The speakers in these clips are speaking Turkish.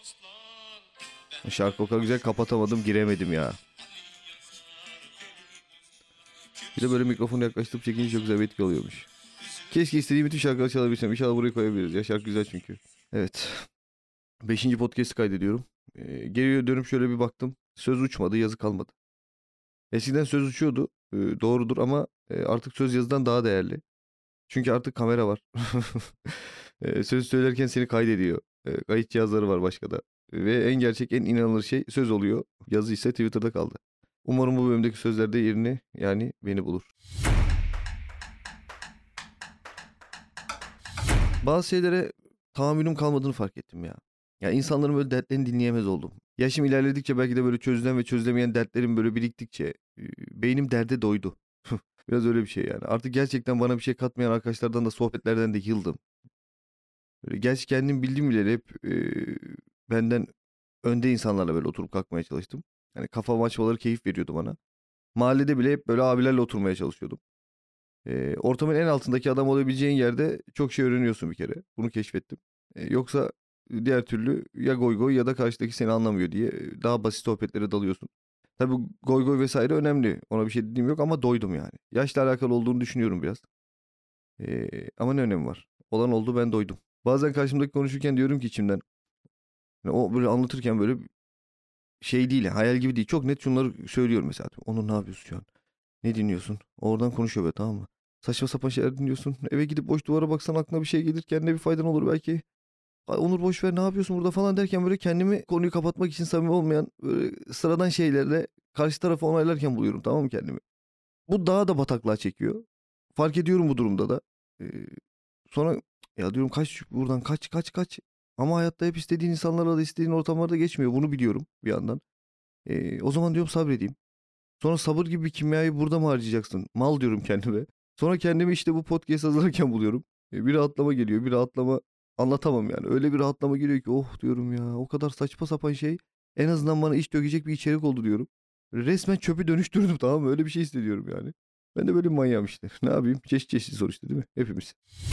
Şarkı o kadar güzel kapatamadım, giremedim ya. Bir de böyle mikrofonu yaklaştırıp çekince çok güzel bir etki oluyormuş. Keşke istediğim bütün şarkıları çalabilsem. İnşallah buraya koyabiliriz ya. Şarkı güzel çünkü. Evet. Beşinci podcast'ı kaydediyorum. Geriye dönüp şöyle bir baktım. Söz uçmadı, yazı kalmadı. Eskiden söz uçuyordu. Doğrudur ama artık söz yazıdan daha değerli. Çünkü artık kamera var. Söz söylerken seni kaydediyor. Kayıt cihazları var başka da. Ve en gerçek, en inanılır şey söz oluyor. Yazı ise Twitter'da kaldı. Umarım bu bölümdeki sözler de yerini, yani beni bulur. Bazı şeylere tahammülüm kalmadığını fark ettim ya. Ya insanların böyle dertlerini dinleyemez oldum. Yaşım ilerledikçe belki de böyle çözülen ve çözülemeyen dertlerim böyle biriktikçe beynim derde doydu. Biraz öyle bir şey yani. Artık gerçekten bana bir şey katmayan arkadaşlardan da sohbetlerden de yıldım. Böyle gerçi kendim bildiğim bileli hep benden önde insanlarla böyle oturup kalkmaya çalıştım. Hani kafa açmaları keyif veriyordu bana. Mahallede bile hep böyle abilerle oturmaya çalışıyordum. Ortamın en altındaki adam olabileceğin yerde çok şey öğreniyorsun bir kere. Bunu keşfettim. Yoksa diğer türlü ya goy goy ya da karşıdaki seni anlamıyor diye daha basit sohbetlere dalıyorsun. Tabii goy goy vesaire önemli. Ona bir şey dediğim yok ama doydum yani. Yaşla alakalı olduğunu düşünüyorum biraz. Ama ne önemi var? Olan oldu, ben doydum. Bazen karşımdaki konuşurken diyorum ki içimden. Yani o böyle anlatırken böyle şey değil, hayal gibi değil. Çok net şunları söylüyorum mesela. Onur, ne yapıyorsun şu an? Ne dinliyorsun? Oradan konuşuyor böyle, tamam mı? Saçma sapan şeyler dinliyorsun. Eve gidip boş duvara baksan aklına bir şey gelir. Kendine bir faydan olur belki. Ay Onur, boş ver, ne yapıyorsun burada falan derken böyle kendimi konuyu kapatmak için samimi olmayan böyle sıradan şeylerle karşı tarafı onaylarken buluyorum, tamam mı, kendimi? Bu daha da bataklığa çekiyor. Fark ediyorum bu durumda da. Ee, Sonra ya diyorum, kaç buradan, kaç kaç kaç. Ama hayatta hep istediğin insanlarla da istediğin ortamlarda geçmiyor. Bunu biliyorum bir yandan. O zaman diyorum sabredeyim. Sonra sabır gibi bir kimyayı burada mı harcayacaksın? Mal diyorum kendime. Sonra kendimi işte bu podcast hazırlarken buluyorum. Bir rahatlama geliyor. Bir rahatlama anlatamam yani. Öyle bir rahatlama geliyor ki oh diyorum ya. O kadar saçma sapan şey. En azından bana iş dökecek bir içerik oldu diyorum. Resmen çöpü dönüştürdüm, tamam mı? Öyle bir şey hissediyorum yani. Ben de böyle bir manyağım işte. Ne yapayım? Çeşit çeşit soru işte, değil mi? Hepimiz.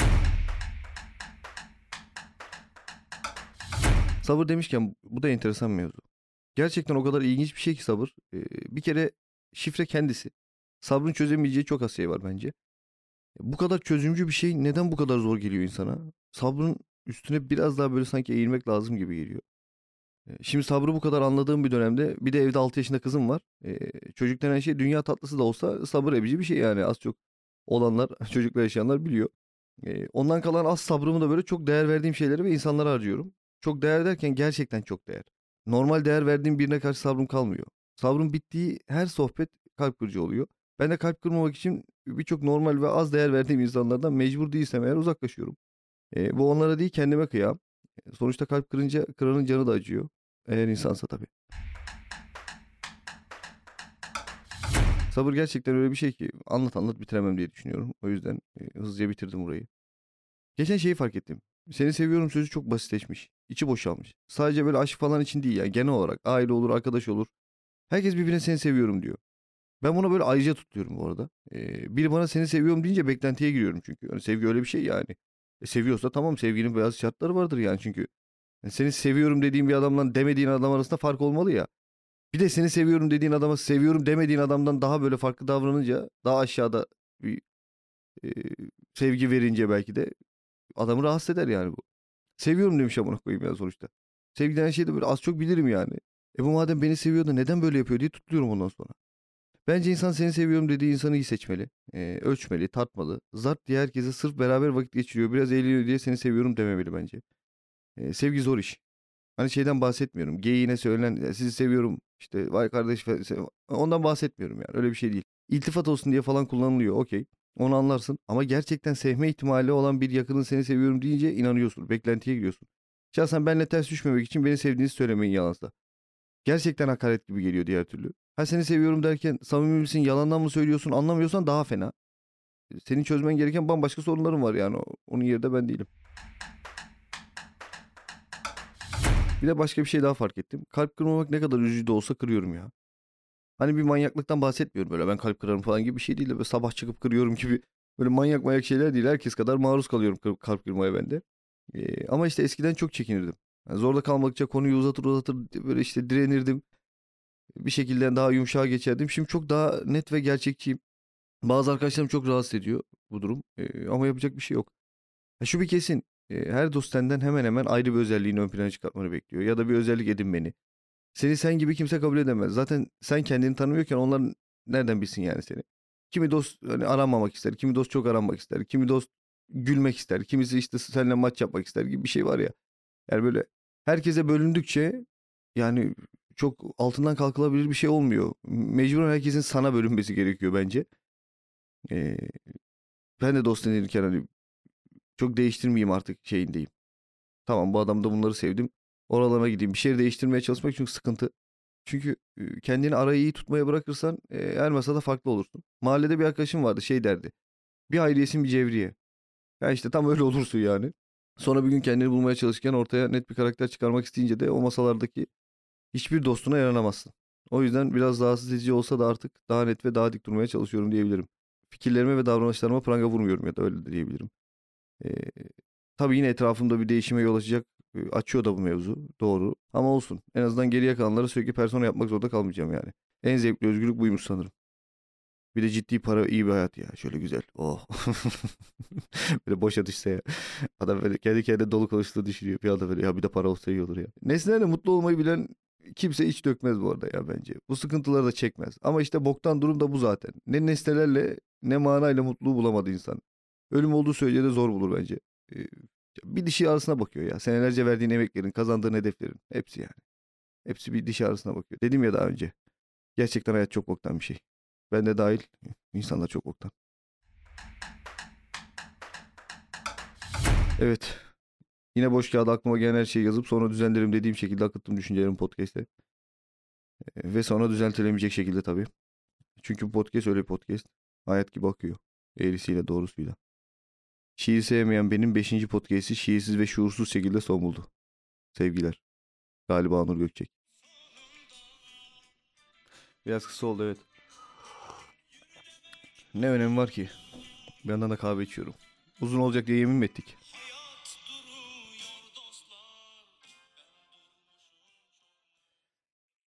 Sabır demişken bu da enteresan bir mevzu. Gerçekten o kadar ilginç bir şey ki sabır. Bir kere şifre kendisi. Sabrın çözemeyeceği çok az şey var bence. Bu kadar çözümcü bir şey neden bu kadar zor geliyor insana? Sabrın üstüne biraz daha böyle sanki eğilmek lazım gibi geliyor. Şimdi sabrı bu kadar anladığım bir dönemde bir de evde 6 yaşında kızım var. Çocuk denen şey dünya tatlısı da olsa sabır edici bir şey yani. Az çok olanlar, çocukla yaşayanlar biliyor. Ondan kalan az sabrımı da böyle çok değer verdiğim şeylere ve insanlara harcıyorum. Çok değer derken gerçekten çok değer. Normal değer verdiğim birine karşı sabrım kalmıyor. Sabrım bittiği her sohbet kalp kırıcı oluyor. Ben de kalp kırmamak için birçok normal ve az değer verdiğim insanlardan mecbur değilsem eğer uzaklaşıyorum. Bu onlara değil, kendime kıyam. Sonuçta kalp kırınca kıranın canı da acıyor. Eğer insansa tabii. Sabır gerçekten öyle bir şey ki anlat anlat bitiremem diye düşünüyorum. O yüzden hızlıca bitirdim burayı. Geçen şeyi fark ettim. Seni seviyorum sözü çok basitleşmiş. İçi boşalmış. Sadece böyle aşk falan için değil ya. Genel olarak aile olur, arkadaş olur. Herkes birbirine seni seviyorum diyor. Ben buna böyle ayrıca tutuyorum bu arada. Biri bana seni seviyorum deyince beklentiye giriyorum çünkü. Hani sevgi öyle bir şey yani. Seviyorsa tamam, sevginin bazı şartları vardır yani çünkü. Seni seviyorum dediğin bir adamla demediğin adam arasında fark olmalı ya. Bir de seni seviyorum dediğin adama seviyorum demediğin adamdan daha böyle farklı davranınca, daha aşağıda bir e, sevgi verince belki de adamı rahatsız eder yani bu. Seviyorum demiş amına koyayım ya sonuçta. Sevgi denen şeyi de böyle az çok bilirim yani. Bu madem beni seviyor da neden böyle yapıyor diye tutuluyorum ondan sonra. Bence insan seni seviyorum dediği insanı iyi seçmeli. Ölçmeli, tartmalı. Zart diye herkese sırf beraber vakit geçiriyor, biraz eğleniyor diye seni seviyorum dememeli bence. Sevgi zor iş. Hani şeyden bahsetmiyorum. Geyiğine söylenen sizi seviyorum işte vay kardeş ondan bahsetmiyorum yani. Öyle bir şey değil. İltifat olsun diye falan kullanılıyor, okey. Onu anlarsın ama gerçekten sevme ihtimali olan bir yakının seni seviyorum deyince inanıyorsun. Beklentiye giriyorsun. Şahsen benle ters düşmemek için beni sevdiğinizi söylemeyin yalansa. Gerçekten hakaret gibi geliyor diğer türlü. Ha, seni seviyorum derken samimi misin, yalandan mı söylüyorsun, anlamıyorsan daha fena. Senin çözmen gereken bambaşka sorunların var yani. Onun yerinde ben değilim. Bir de başka bir şey daha fark ettim. Kalp kırmamak ne kadar üzücü de olsa kırıyorum ya. Hani bir manyaklıktan bahsetmiyorum, böyle ben kalp kırarım falan gibi bir şey değil de böyle sabah çıkıp kırıyorum gibi böyle manyak manyak şeyler değil. Herkes kadar maruz kalıyorum kalp kırmaya ben de. Ama işte eskiden çok çekinirdim. Yani zorda kalmadıkça konuyu uzatır böyle işte direnirdim. Bir şekilde daha yumuşağa geçerdim. Şimdi çok daha net ve gerçekçiyim. Bazı arkadaşlarım çok rahatsız ediyor bu durum. Ama yapacak bir şey yok. Şu bir kesin. Her dost senden hemen hemen ayrı bir özelliğini ön plana çıkartmanı bekliyor. Ya da bir özellik edinmeni. Seni sen gibi kimse kabul edemez. Zaten sen kendini tanımıyorken onlar nereden bilsin yani seni? Kimi dost hani aranmamak ister, kimi dost çok aranmak ister, kimi dost gülmek ister, kimisi işte seninle maç yapmak ister gibi bir şey var ya. Yani böyle herkese bölündükçe yani çok altından kalkılabilir bir şey olmuyor. Mecburen herkesin sana bölünmesi gerekiyor bence. Ee, Ben de dost edinirken hani çok değiştirmeyeyim artık şeyindeyim. Tamam bu adamda bunları sevdim. Oralarına gideyim. Bir şeyleri değiştirmeye çalışmak çünkü sıkıntı. Çünkü kendini arayı iyi tutmaya bırakırsan her masada farklı olursun. Mahallede bir arkadaşım vardı şey derdi. Bir hayriyesin bir cevriye. Ya işte tam öyle olursun yani. Sonra bir gün kendini bulmaya çalışırken ortaya net bir karakter çıkarmak isteyince de o masalardaki hiçbir dostuna yaranamazsın. O yüzden biraz rahatsız edici olsa da artık daha net ve daha dik durmaya çalışıyorum diyebilirim. Fikirlerime ve davranışlarıma pranga vurmuyorum ya da öyle de diyebilirim. Ee, tabii yine etrafımda bir değişime yol açacak, açıyor da bu mevzu. Doğru. Ama olsun. En azından geriye kalanları sürekli persona yapmak zorunda kalmayacağım yani. En zevkli özgürlük buymuş sanırım. Bir de ciddi para iyi bir hayat ya. Şöyle güzel. Oh. Böyle boşa düşse ya. Adam böyle kendi kendine dolu konuştuğunu düşünüyor. Bir anda böyle ya bir de para olsa iyi olur ya. Nesnelerle mutlu olmayı bilen kimse hiç dökmez bu arada ya bence. Bu sıkıntıları da çekmez. Ama işte boktan durum da bu zaten. Ne nesnelerle ne manayla mutluluğu bulamadı insan. Ölüm olduğu sürece de zor bulur bence. Ee, Bir dişi ağrısına bakıyor ya. Senelerce verdiğin emeklerin, kazandığın hedeflerin. Hepsi yani. Hepsi bir dişi ağrısına bakıyor. Dedim ya daha önce. Gerçekten hayat çok boktan bir şey. Ben de dahil insanlar çok boktan. Evet. Yine boş kağıda aklıma gelen her şeyi yazıp sonra düzenlerim dediğim şekilde akıttım düşüncelerimi podcast'e. Ve sonra düzeltilemeyecek şekilde tabii. Çünkü bu podcast öyle bir podcast. Hayat gibi akıyor. Eğrisiyle doğrusuyla. Şiir sevmeyen benim beşinci podcast'i şiirsiz ve şuursuz şekilde son buldu. Sevgiler. Galiba Onur Gökçek. Biraz kısa oldu evet. Ne önemi var ki? Bir yandan da kahve içiyorum. Uzun olacak diye yemin mi ettik?